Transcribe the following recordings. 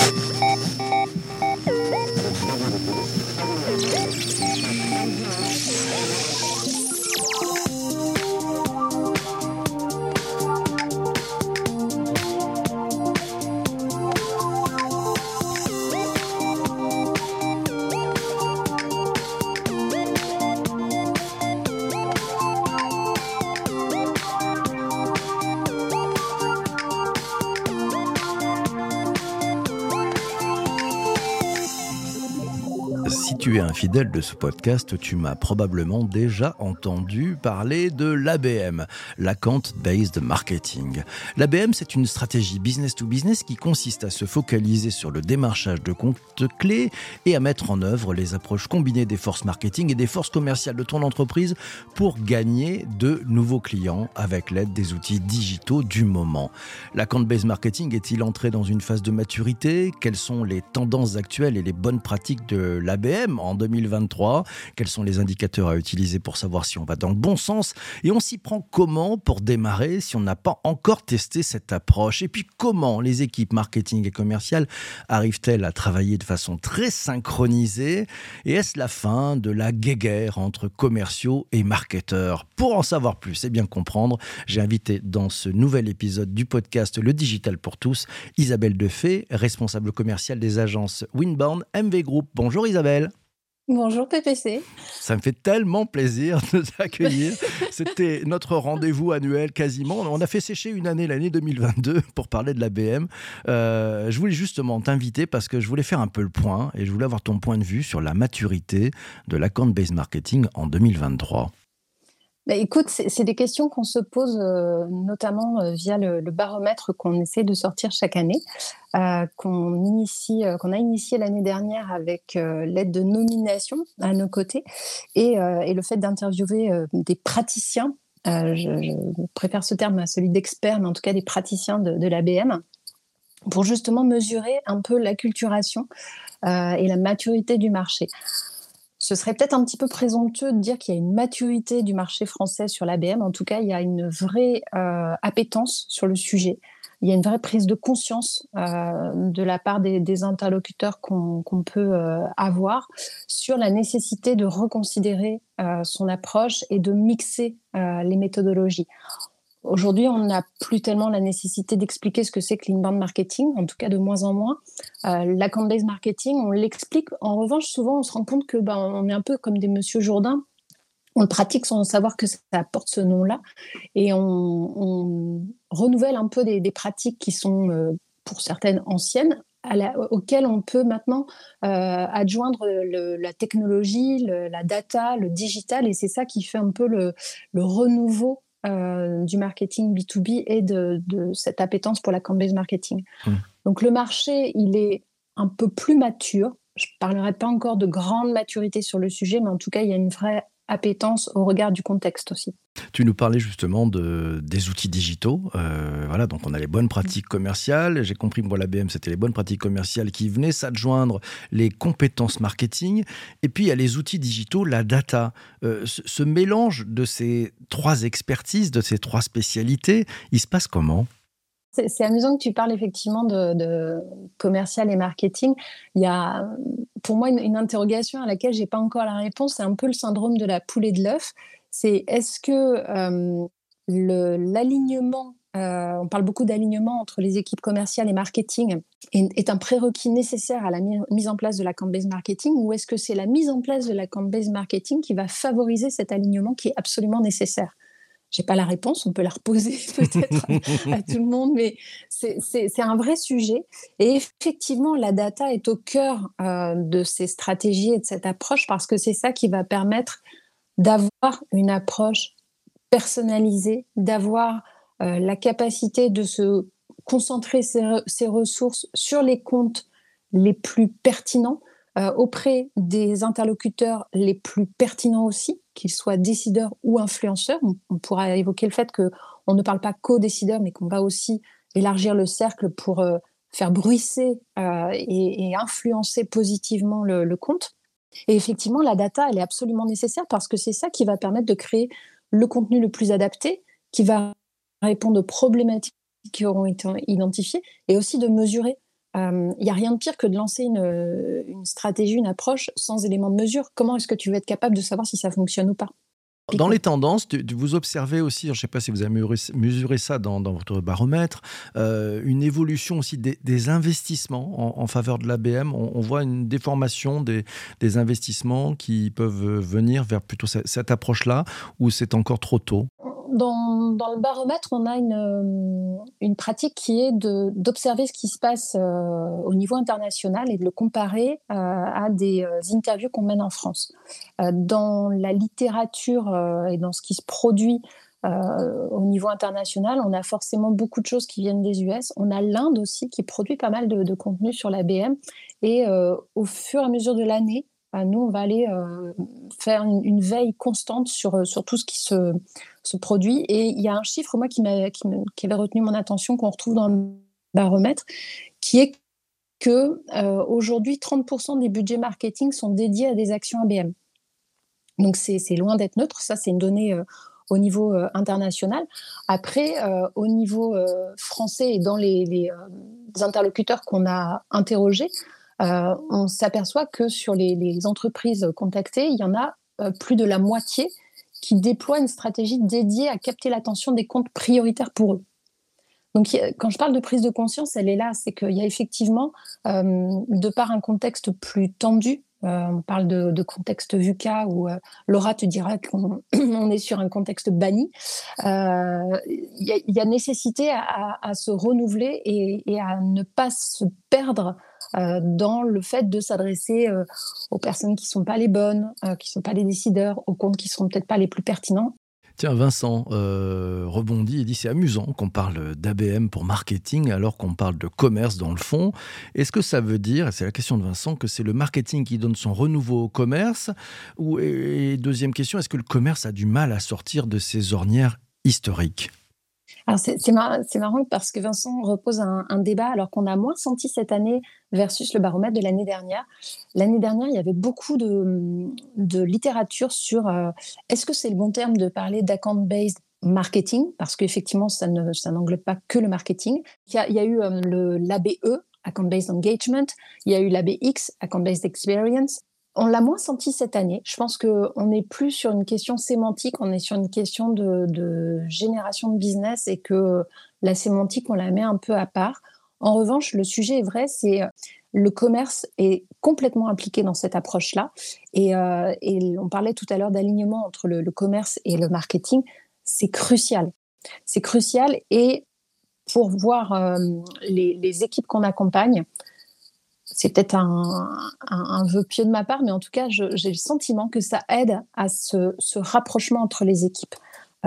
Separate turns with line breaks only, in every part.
Si tu es un fidèle de ce podcast, tu m'as probablement déjà entendu parler de l'ABM, l'Account Based Marketing. L'ABM, c'est une stratégie business to business qui consiste à se focaliser sur le démarchage de comptes clés et à mettre en œuvre les approches combinées des forces marketing et des forces commerciales de ton entreprise pour gagner de nouveaux clients avec l'aide des outils digitaux du moment. L'Account Based Marketing est-il entré dans une phase de maturité ? Quelles sont les tendances actuelles et les bonnes pratiques de l'ABM en 2023 ? Quels sont les indicateurs à utiliser pour savoir si on va dans le bon sens ? Et on s'y prend comment pour démarrer si on n'a pas encore testé cette approche ? Et puis comment les équipes marketing et commerciales arrivent-elles à travailler de façon très synchronisée ? Et est-ce la fin de la guéguerre entre commerciaux et marketeurs ? Pour en savoir plus et bien comprendre, j'ai invité dans ce nouvel épisode du podcast Le Digital pour tous, Isabelle Defay, responsable commerciale des agences Winbound MV Group. Bonjour Isabelle.
Bonjour PPC.
Ça me fait tellement plaisir de t'accueillir. C'était notre rendez-vous annuel quasiment. On a fait sécher une année, l'année 2022, pour parler de l'ABM. Je voulais justement t'inviter parce que je voulais faire un peu le point et je voulais avoir ton point de vue sur la maturité de l'Account Based Marketing en 2023.
Bah, écoute, c'est des questions qu'on se pose notamment via le baromètre qu'on essaie de sortir chaque année, qu'on a initié l'année dernière avec l'aide de nominations à nos côtés et le fait d'interviewer des praticiens, je préfère ce terme à celui d'experts, mais en tout cas des praticiens de l'ABM, pour justement mesurer un peu l'acculturation et la maturité du marché. Ce serait peut-être un petit peu présomptueux de dire qu'il y a une maturité du marché français sur l'ABM. En tout cas, il y a une vraie appétence sur le sujet. Il y a une vraie prise de conscience de la part des interlocuteurs qu'on peut avoir sur la nécessité de reconsidérer son approche et de mixer les méthodologies. Aujourd'hui, on n'a plus tellement la nécessité d'expliquer ce que c'est que l'inbound marketing, en tout cas de moins en moins. L'account-based marketing, on l'explique. En revanche, souvent, on se rend compte que on est un peu comme des Monsieur Jourdain. On le pratique sans savoir que ça apporte ce nom-là. Et on renouvelle un peu des pratiques qui sont, pour certaines, anciennes, auxquelles on peut maintenant adjoindre la technologie, la data, le digital. Et c'est ça qui fait un peu le renouveau du marketing B2B et de cette appétence pour l'account-based marketing. Donc le marché, il est un peu plus mature. Je ne parlerai pas encore de grande maturité sur le sujet, mais en tout cas, il y a une vraie appétence au regard du contexte aussi.
Tu nous parlais justement des outils digitaux. Voilà, donc on a les bonnes pratiques commerciales. J'ai compris que l'ABM, c'était les bonnes pratiques commerciales qui venaient s'adjoindre les compétences marketing. Et puis, il y a les outils digitaux, la data. Ce mélange de ces trois expertises, de ces trois spécialités, il se passe comment ?
C'est amusant que tu parles effectivement de commercial et marketing. Il y a pour moi une interrogation à laquelle je n'ai pas encore la réponse. C'est un peu le syndrome de la poule et de l'œuf. C'est est-ce que l'alignement, on parle beaucoup d'alignement entre les équipes commerciales et marketing, est un prérequis nécessaire à la mise en place de l'account-based marketing, ou est-ce que c'est la mise en place de l'account-based marketing qui va favoriser cet alignement qui est absolument nécessaire ? Je n'ai pas la réponse, on peut la reposer peut-être à tout le monde, mais c'est un vrai sujet. Et effectivement, la data est au cœur de ces stratégies et de cette approche, parce que c'est ça qui va permettre d'avoir une approche personnalisée, d'avoir la capacité de se concentrer ses ressources sur les comptes les plus pertinents, auprès des interlocuteurs les plus pertinents aussi, qu'ils soient décideurs ou influenceurs. On pourra évoquer le fait qu'on ne parle pas qu'aux décideurs, mais qu'on va aussi élargir le cercle pour faire bruisser et influencer positivement le compte. Et effectivement, la data, elle est absolument nécessaire parce que c'est ça qui va permettre de créer le contenu le plus adapté, qui va répondre aux problématiques qui auront été identifiées, et aussi de mesurer Il n'y a rien de pire que de lancer une stratégie, une approche sans élément de mesure. Comment est-ce que tu veux être capable de savoir si ça fonctionne ou pas?
Dans
Typiquement.
les tendances, vous observez aussi, je ne sais pas si vous avez mesuré ça dans votre baromètre, une évolution aussi des investissements en faveur de l'ABM. On voit une déformation des investissements qui peuvent venir vers plutôt cette approche-là, ou c'est encore trop tôt?
Dans le baromètre, on a une pratique qui est d'observer ce qui se passe au niveau international et de le comparer à des interviews qu'on mène en France. Dans la littérature et dans ce qui se produit au niveau international, on a forcément beaucoup de choses qui viennent des US. On a l'Inde aussi qui produit pas mal de contenu sur l'ABM. Et au fur et à mesure de l'année, nous, on va aller faire une veille constante sur tout ce qui se produit. Et il y a un chiffre, moi, qui avait retenu mon attention, qu'on retrouve dans le baromètre, qui est que aujourd'hui, 30% des budgets marketing sont dédiés à des actions ABM. Donc, c'est loin d'être neutre. Ça, c'est une donnée au niveau international. Après, au niveau français et dans les interlocuteurs qu'on a interrogés, on s'aperçoit que sur les entreprises contactées, il y en a plus de la moitié qui déploient une stratégie dédiée à capter l'attention des comptes prioritaires pour eux. Donc, quand je parle de prise de conscience, elle est là. C'est qu'il y a effectivement, de par un contexte plus tendu, on parle de contexte VUCA où Laura te dira qu'on on est sur un contexte banni, il y a nécessité à se renouveler et à ne pas se perdre dans le fait de s'adresser aux personnes qui ne sont pas les bonnes, qui ne sont pas les décideurs, aux comptes qui ne seront peut-être pas les plus pertinents.
Tiens, Vincent rebondit et dit: c'est amusant qu'on parle d'ABM pour marketing alors qu'on parle de commerce dans le fond. Est-ce que ça veut dire, et c'est la question de Vincent, que c'est le marketing qui donne son renouveau au commerce? Et deuxième question, est-ce que le commerce a du mal à sortir de ses ornières historiques?
Alors c'est marrant parce que Vincent repose un débat alors qu'on a moins senti cette année versus le baromètre de l'année dernière. L'année dernière, il y avait beaucoup de littérature sur est-ce que c'est le bon terme de parler d'account-based marketing, parce qu'effectivement, ça n'englobe pas que le marketing. Il y a eu l'ABE, Account-Based Engagement, il y a eu l'ABX, Account-Based Experience. On l'a moins senti cette année. Je pense qu'on n'est plus sur une question sémantique, on est sur une question de génération de business et que la sémantique, on la met un peu à part. En revanche, le sujet est vrai, c'est le commerce est complètement impliqué dans cette approche-là. Et on parlait tout à l'heure d'alignement entre le commerce et le marketing. C'est crucial. C'est crucial. Et pour voir les équipes qu'on accompagne, c'est peut-être un vœu pieux de ma part, mais en tout cas, j'ai le sentiment que ça aide à ce rapprochement entre les équipes. Pourquoi ?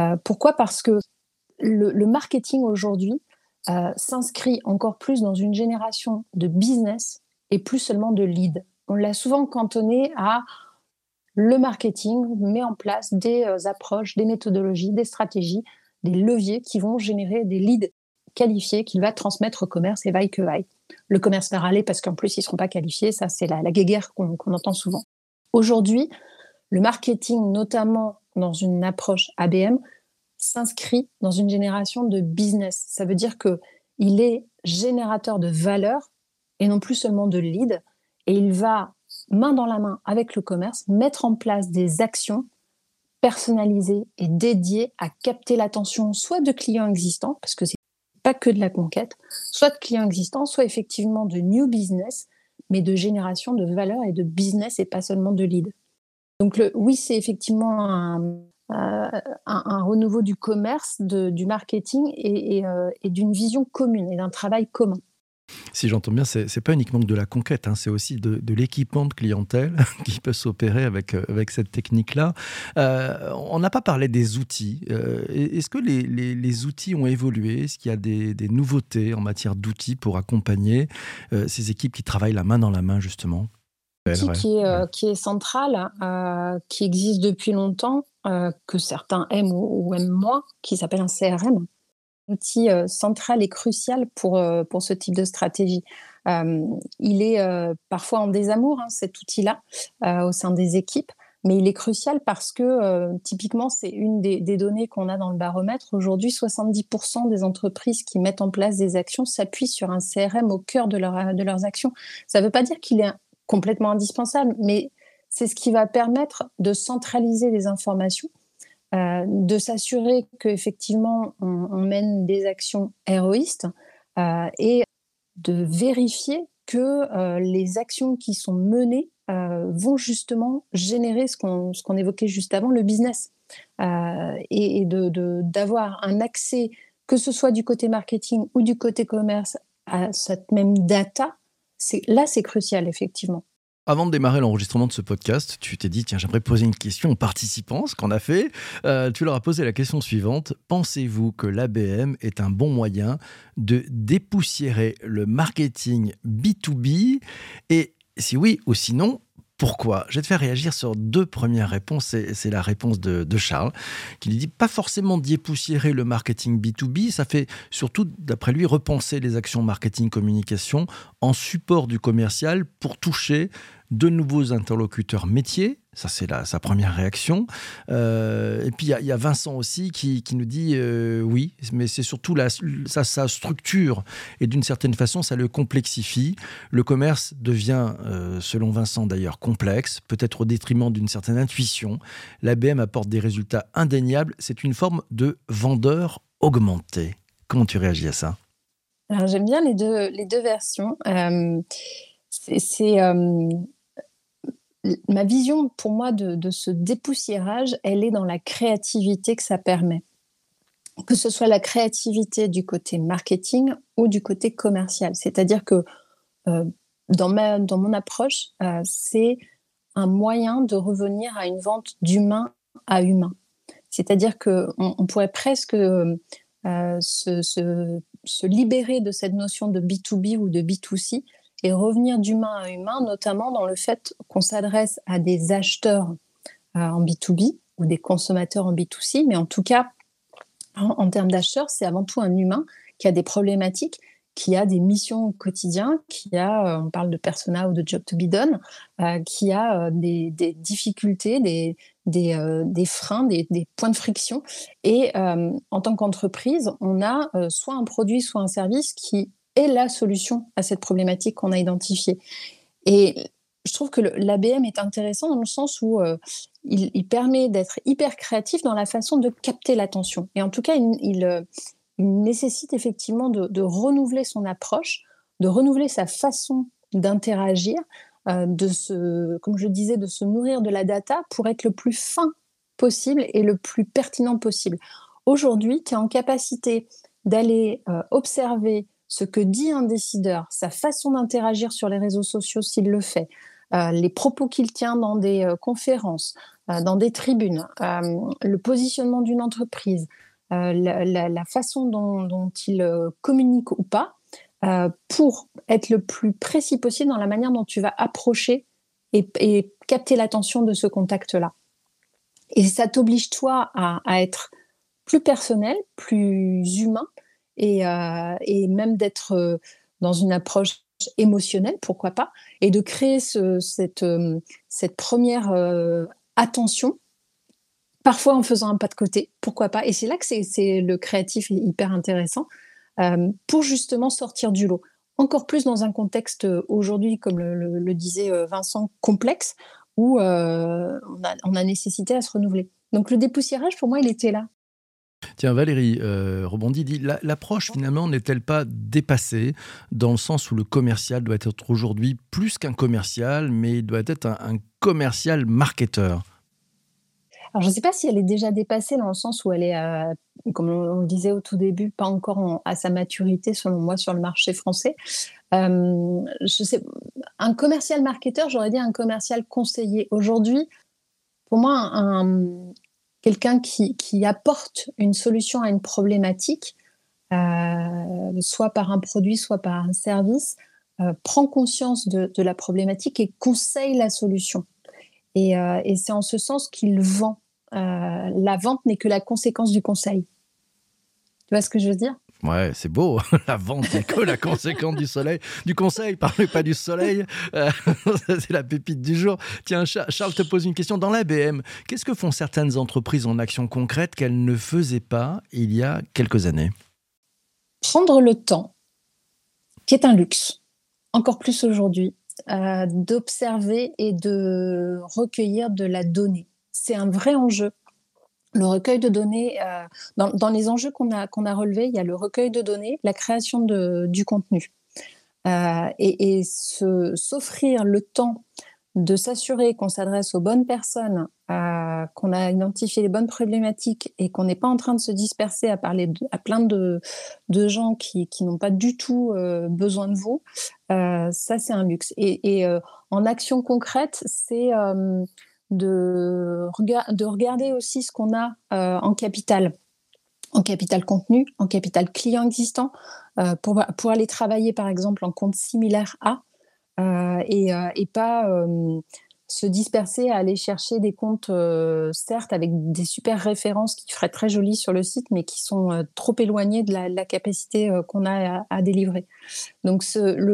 Parce que le marketing aujourd'hui s'inscrit encore plus dans une génération de business et plus seulement de leads. On l'a souvent cantonné à le marketing met en place des approches, des méthodologies, des stratégies, des leviers qui vont générer des leads qualifiés qu'il va transmettre au commerce et vaille que vaille. Le commerce va râler parce qu'en plus, ils ne seront pas qualifiés. Ça, c'est la guéguerre qu'on entend souvent. Aujourd'hui, le marketing, notamment dans une approche ABM, s'inscrit dans une génération de business. Ça veut dire qu'il est générateur de valeur et non plus seulement de leads. Et il va, main dans la main avec le commerce, mettre en place des actions personnalisées et dédiées à capter l'attention soit de clients existants, parce que c'est pas que de la conquête, soit de clients existants, soit effectivement de new business, mais de génération de valeur et de business et pas seulement de lead. Donc oui, c'est effectivement un renouveau du commerce, du marketing et d'une vision commune et d'un travail commun.
Si j'entends bien, c'est pas uniquement de la conquête, hein, c'est aussi de l'équipement de clientèle qui peut s'opérer avec cette technique-là. On n'a pas parlé des outils. Est-ce que les outils ont évolué? Est-ce qu'il y a des nouveautés en matière d'outils pour accompagner ces équipes qui travaillent la main dans la main, justement?
Outil qui est central, qui existe depuis longtemps, que certains aiment ou aiment moins, qui s'appelle un CRM. Outil central et crucial pour ce type de stratégie. Il est parfois en désamour, hein, cet outil-là, au sein des équipes, mais il est crucial parce que typiquement, c'est une des données qu'on a dans le baromètre. Aujourd'hui, 70% des entreprises qui mettent en place des actions s'appuient sur un CRM au cœur de leurs actions. Ça ne veut pas dire qu'il est complètement indispensable, mais c'est ce qui va permettre de centraliser les informations, de s'assurer qu'effectivement, on mène des actions héroïstes et de vérifier que les actions qui sont menées vont justement générer ce qu'on évoquait juste avant, le business. Et d'avoir un accès, que ce soit du côté marketing ou du côté commerce, à cette même data, c'est crucial, effectivement.
Avant de démarrer l'enregistrement de ce podcast, tu t'es dit, tiens, j'aimerais poser une question aux participants, ce qu'on a fait. Tu leur as posé la question suivante. Pensez-vous que l'ABM est un bon moyen de dépoussiérer le marketing B2B? Et si oui ou sinon, pourquoi? Je vais te faire réagir sur 2 premières réponses. C'est la réponse de Charles, qui lui dit pas forcément dépoussiérer le marketing B2B, ça fait surtout, d'après lui, repenser les actions marketing-communication en support du commercial pour toucher de nouveaux interlocuteurs métiers. Ça, c'est sa première réaction. Et puis, il y a Vincent aussi qui nous dit oui, mais c'est surtout sa structure. Et d'une certaine façon, ça le complexifie. Le commerce devient, selon Vincent d'ailleurs, complexe, peut-être au détriment d'une certaine intuition. L'ABM apporte des résultats indéniables. C'est une forme de vendeur augmenté. Comment tu réagis à ça?
Alors, j'aime bien les deux versions. Ma vision, pour moi, de ce dépoussiérage, elle est dans la créativité que ça permet. Que ce soit la créativité du côté marketing ou du côté commercial. C'est-à-dire que dans mon approche, c'est un moyen de revenir à une vente d'humain à humain. C'est-à-dire qu'on pourrait presque se libérer de cette notion de B2B ou de B2C et revenir d'humain à humain, notamment dans le fait qu'on s'adresse à des acheteurs en B2B ou des consommateurs en B2C, mais en tout cas, en termes d'acheteurs, c'est avant tout un humain qui a des problématiques, qui a des missions au quotidien, qui a, on parle de persona ou de job to be done, qui a des difficultés, des freins, des points de friction. Et en tant qu'entreprise, on a soit un produit, soit un service qui est la solution à cette problématique qu'on a identifiée. Et je trouve que l'ABM est intéressant dans le sens où il permet d'être hyper créatif dans la façon de capter l'attention. Et en tout cas, il nécessite effectivement de renouveler son approche, de renouveler sa façon d'interagir, comme je disais, de se nourrir de la data pour être le plus fin possible et le plus pertinent possible. Aujourd'hui, tu es en capacité d'aller observer ce que dit un décideur, sa façon d'interagir sur les réseaux sociaux s'il le fait, les propos qu'il tient dans des conférences, dans des tribunes, le positionnement d'une entreprise, la façon dont il communique ou pas, pour être le plus précis possible dans la manière dont tu vas approcher et capter l'attention de ce contact-là. Et ça t'oblige, toi, à être plus personnel, plus humain, et même d'être dans une approche émotionnelle, pourquoi pas, et de créer cette première attention, parfois en faisant un pas de côté, pourquoi pas. Et c'est là que le créatif est hyper intéressant, pour justement sortir du lot. Encore plus dans un contexte aujourd'hui, comme le disait Vincent, complexe, où on a nécessité à se renouveler. Donc le dépoussiérage, pour moi, il était là.
Tiens, Valérie rebondit, dit l'approche finalement n'est-elle pas dépassée dans le sens où le commercial doit être aujourd'hui plus qu'un commercial, mais il doit être un commercial marketeur?
Alors, je ne sais pas si elle est déjà dépassée dans le sens où elle est, comme on le disait au tout début, pas encore à sa maturité, selon moi, sur le marché français. Je sais, un commercial marketeur, j'aurais dit un commercial conseiller. Aujourd'hui, pour moi, quelqu'un qui apporte une solution à une problématique, soit par un produit, soit par un service, prend conscience de la problématique et conseille la solution. Et c'est en ce sens qu'il vend. La vente n'est que la conséquence du conseil. Tu vois ce que je veux dire ?
Ouais, c'est beau. La vente n'est que la conséquence du conseil, parlez pas du soleil. C'est la pépite du jour. Tiens, Charles te pose une question. Dans l'ABM, qu'est-ce que font certaines entreprises en action concrète qu'elles ne faisaient pas il y a quelques années ?
Prendre le temps, qui est un luxe, encore plus aujourd'hui, d'observer et de recueillir de la donnée. C'est un vrai enjeu. Le recueil de données, dans les enjeux qu'on a relevés, il y a le recueil de données, la création du contenu. Et s'offrir le temps de s'assurer qu'on s'adresse aux bonnes personnes, qu'on a identifié les bonnes problématiques et qu'on n'est pas en train de se disperser à parler à plein de gens qui n'ont pas du tout besoin de vous, ça c'est un luxe. Et en action concrète, c'est de regarder aussi ce qu'on a en capital contenu, en capital client existant, pour aller travailler par exemple en compte similaire à, et pas se disperser à aller chercher des comptes, certes avec des super références qui feraient très jolies sur le site, mais qui sont trop éloignés de la capacité qu'on a à délivrer. Donc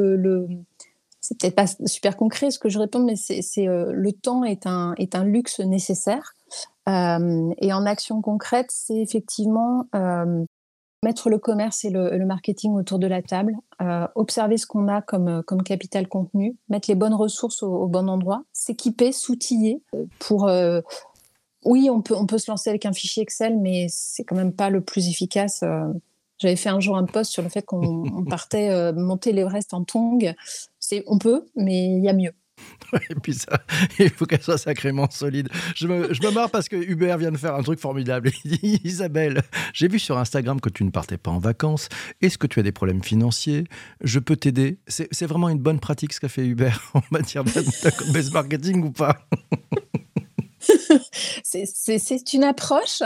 c'est peut-être pas super concret ce que je réponds, mais le temps est un luxe nécessaire. Et en action concrète, c'est effectivement mettre le commerce et le marketing autour de la table, observer ce qu'on a comme capital contenu, mettre les bonnes ressources au bon endroit, s'équiper, s'outiller pour... oui, on peut se lancer avec un fichier Excel, mais c'est quand même pas le plus efficace. J'avais fait un jour un post sur le fait qu'on partait monter l'Everest en tongs. On peut, mais il y a mieux.
Et puis ça, il faut qu'elle soit sacrément solide. Je me marre parce que Hubert vient de faire un truc formidable. Il dit: Isabelle, j'ai vu sur Instagram que tu ne partais pas en vacances. Est-ce que tu as des problèmes financiers ? Je peux t'aider. C'est vraiment une bonne pratique ce qu'a fait Hubert en matière de base marketing ou pas ?
C'est une approche.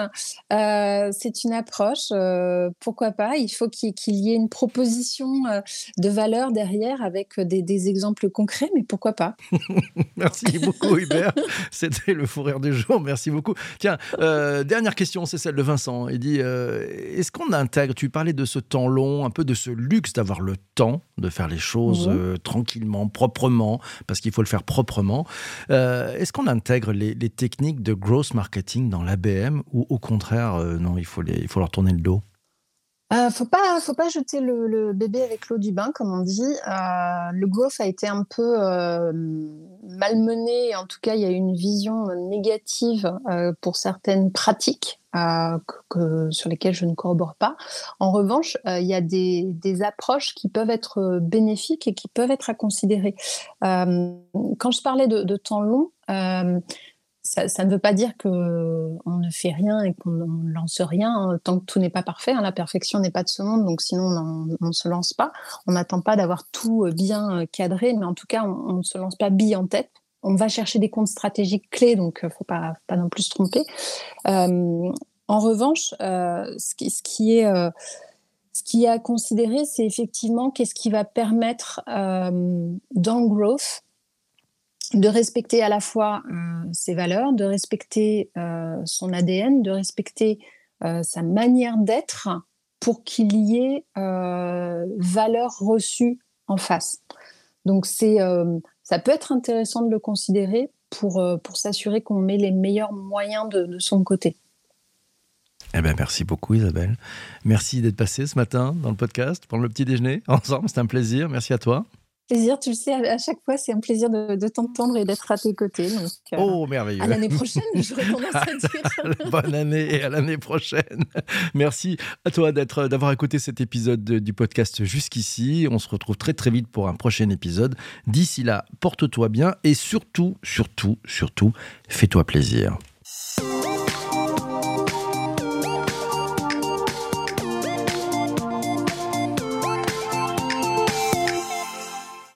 Pourquoi pas ? Il faut qu'il y ait une proposition de valeur derrière avec des exemples concrets, mais pourquoi pas ?
Merci beaucoup Hubert. C'était le fou rire du jour. Merci beaucoup. Tiens, dernière question, c'est celle de Vincent. Il dit, est-ce qu'on intègre, tu parlais de ce temps long, un peu de ce luxe d'avoir le temps de faire les choses tranquillement, proprement, parce qu'il faut le faire proprement. Est-ce qu'on intègre les techniques de growth marketing dans l'ABM ou au contraire, non, il faut leur tourner le dos ?
Faut pas jeter le bébé avec l'eau du bain, comme on dit. Le growth a été un peu malmené. En tout cas, il y a eu une vision négative pour certaines pratiques sur lesquelles je ne corrobore pas. En revanche, il y a des approches qui peuvent être bénéfiques et qui peuvent être à considérer. Quand je parlais de temps long, ça ne veut pas dire qu'on ne fait rien et qu'on ne lance rien tant que tout n'est pas parfait. La perfection n'est pas de ce monde, donc sinon on ne se lance pas. On n'attend pas d'avoir tout bien cadré, mais en tout cas, on ne se lance pas bille en tête. On va chercher des comptes stratégiques clés, donc faut pas non plus se tromper. En revanche, ce qui est à considérer, c'est effectivement qu'est-ce qui va permettre dans le growth de respecter à la fois ses valeurs, de respecter son ADN, de respecter sa manière d'être pour qu'il y ait valeur reçue en face. Donc ça peut être intéressant de le considérer pour s'assurer qu'on met les meilleurs moyens de son côté.
Eh bien, merci beaucoup Isabelle. Merci d'être passée ce matin dans le podcast, prendre le petit déjeuner ensemble, c'était un plaisir. Merci à toi.
Plaisir, tu le sais, à chaque fois, c'est un plaisir de t'entendre et d'être à tes côtés. Donc,
merveilleux.
À l'année prochaine, j'aurais tendance à dire.
Bonne année et à l'année prochaine. Merci à toi d'avoir écouté cet épisode du podcast jusqu'ici. On se retrouve très très vite pour un prochain épisode. D'ici là, porte-toi bien et surtout, fais-toi plaisir.